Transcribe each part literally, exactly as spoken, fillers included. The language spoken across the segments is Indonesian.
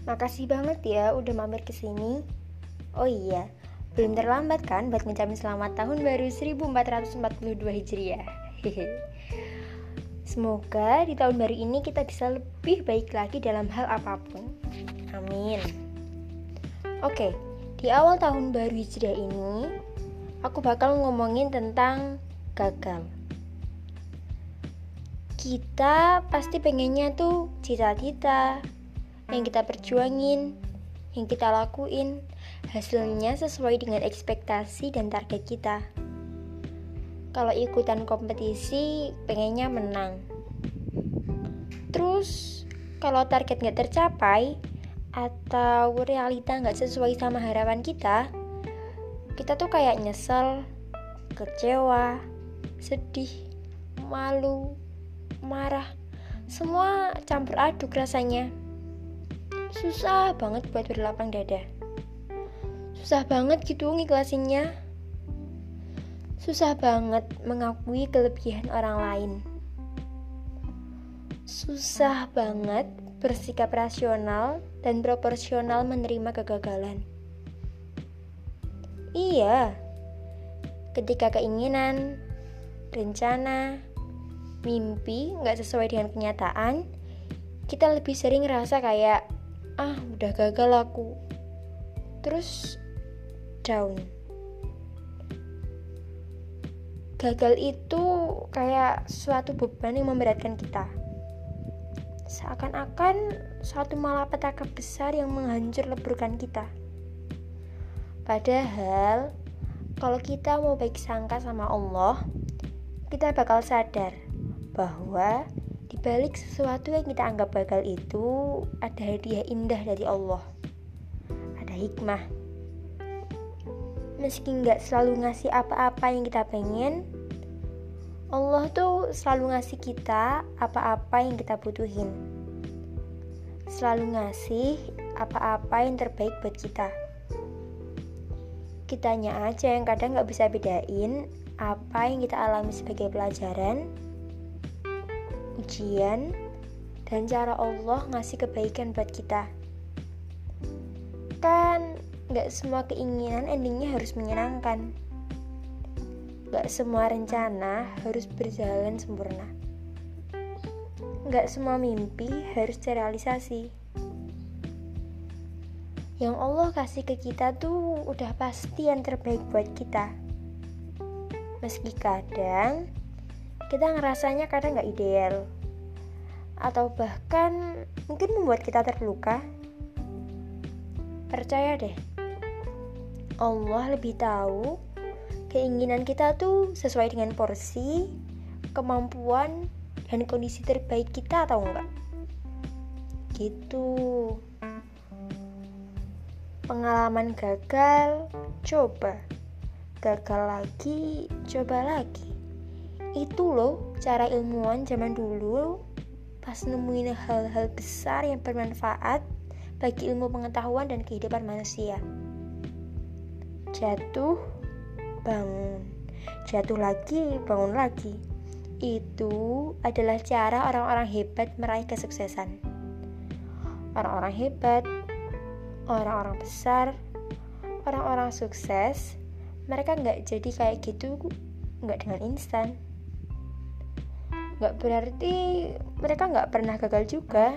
Makasih banget ya udah mampir ke sini. Oh iya, belum terlambat kan buat ngucapin selamat tahun baru seribu empat ratus empat puluh dua Hijriah. Hehe. Semoga di tahun baru ini kita bisa lebih baik lagi dalam hal apapun. Amin. Oke, di awal tahun baru Hijriah ini, aku bakal ngomongin tentang gagal. Kita pasti pengennya tuh cita-cita yang kita perjuangin, yang kita lakuin, hasilnya sesuai dengan ekspektasi dan target kita. Kalau ikutan kompetisi, pengennya menang. Terus, kalau target gak tercapai, atau realita gak sesuai sama harapan kita, kita tuh kayak nyesel, kecewa, sedih, malu, marah, semua campur aduk rasanya. Susah banget buat berlapang dada. Susah banget gitu ngikhlasinnya. Susah banget mengakui kelebihan orang lain. Susah banget bersikap rasional dan proporsional menerima kegagalan. Iya, ketika keinginan, rencana, mimpi gak sesuai dengan kenyataan, kita lebih sering ngerasa kayak ah udah gagal aku, terus down. Gagal itu kayak suatu beban yang memberatkan kita, seakan-akan suatu malapetaka besar yang menghancur leburkan kita. Padahal kalau kita mau baik sangka sama Allah, kita bakal sadar bahwa di balik sesuatu yang kita anggap gagal itu ada hadiah indah dari Allah. Ada hikmah. Meski gak selalu ngasih apa-apa yang kita pengen, Allah tuh selalu ngasih kita apa-apa yang kita butuhin. Selalu ngasih apa-apa yang terbaik buat kita. Kitanya aja yang kadang gak bisa bedain apa yang kita alami sebagai pelajaran, ujian, dan cara Allah ngasih kebaikan buat kita. Kan gak semua keinginan endingnya harus menyenangkan. Gak semua rencana harus berjalan sempurna. Gak semua mimpi harus terrealisasi. Yang Allah kasih ke kita tuh udah pasti yang terbaik buat kita. Meski kadang kita ngerasanya kadang gak ideal, atau bahkan mungkin membuat kita terluka. Percaya deh, Allah lebih tahu keinginan kita tuh sesuai dengan porsi, kemampuan, dan kondisi terbaik kita atau enggak. Gitu. Pengalaman gagal, coba. Gagal lagi, coba lagi. Itu loh cara ilmuwan zaman dulu pas nemuin hal-hal besar yang bermanfaat bagi ilmu pengetahuan dan kehidupan manusia. Jatuh, bangun. Jatuh lagi, bangun lagi. Itu adalah cara orang-orang hebat meraih kesuksesan. Orang-orang hebat, orang-orang besar, orang-orang sukses, mereka gak jadi kayak gitu gak dengan instan. Gak berarti mereka gak pernah gagal juga.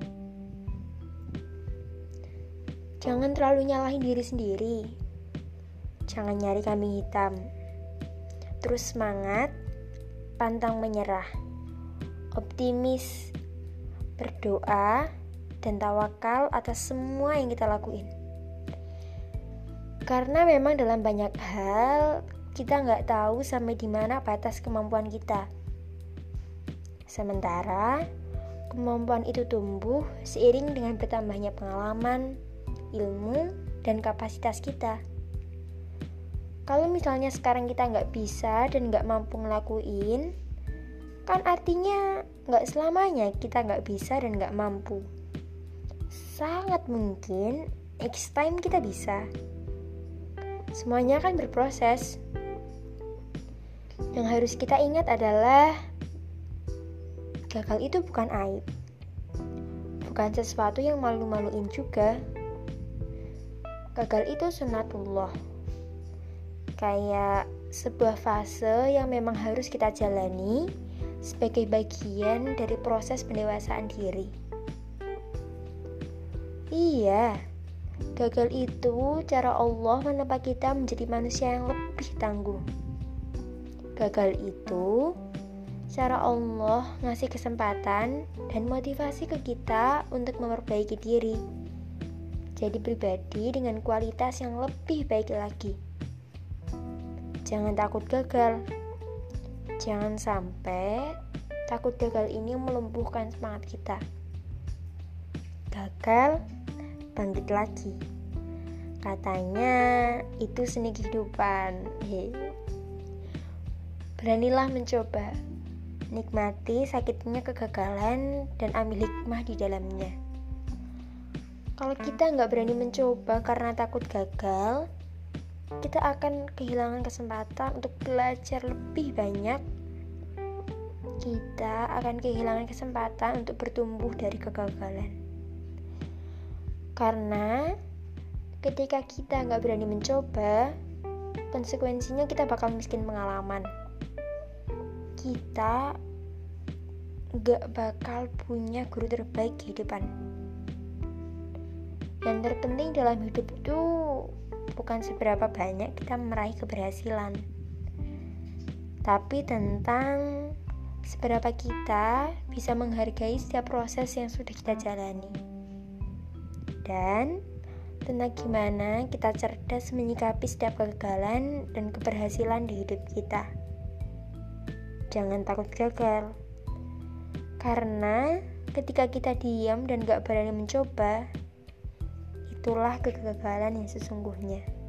Jangan terlalu nyalahin diri sendiri. Jangan nyari kambing hitam. Terus semangat, pantang menyerah, optimis, berdoa, dan tawakal atas semua yang kita lakuin. Karena memang dalam banyak hal kita gak tahu sampai di mana batas kemampuan kita. Sementara kemampuan itu tumbuh seiring dengan bertambahnya pengalaman, ilmu, dan kapasitas kita. Kalau misalnya sekarang kita gak bisa dan gak mampu ngelakuin, kan artinya gak selamanya kita gak bisa dan gak mampu. Sangat mungkin next time kita bisa. Semuanya kan berproses. Yang harus kita ingat adalah gagal itu bukan aib, bukan sesuatu yang malu-maluin juga. Gagal itu sunatullah, kayak sebuah fase yang memang harus kita jalani sebagai bagian dari proses pendewasaan diri. Iya, gagal itu cara Allah menempa kita menjadi manusia yang lebih tangguh. Gagal itu cara Allah ngasih kesempatan dan motivasi ke kita untuk memperbaiki diri, jadi pribadi dengan kualitas yang lebih baik lagi. Jangan takut gagal. Jangan sampai takut gagal ini melumpuhkan semangat kita. Gagal, bangkit lagi. Katanya itu seni kehidupan. He. Beranilah mencoba. Nikmati sakitnya kegagalan dan ambil hikmah di dalamnya. Kalau kita nggak berani mencoba karena takut gagal, kita akan kehilangan kesempatan untuk belajar lebih banyak. Kita akan kehilangan kesempatan untuk bertumbuh dari kegagalan. Karena ketika kita nggak berani mencoba, konsekuensinya kita bakal miskin pengalaman. Kita gak bakal punya guru terbaik kehidupan. Dan terpenting dalam hidup itu bukan seberapa banyak kita meraih keberhasilan, tapi tentang seberapa kita bisa menghargai setiap proses yang sudah kita jalani, dan tentang gimana kita cerdas menyikapi setiap kegagalan dan keberhasilan di hidup kita. Jangan takut gagal, karena ketika kita diam dan gak berani mencoba, itulah kegagalan yang sesungguhnya.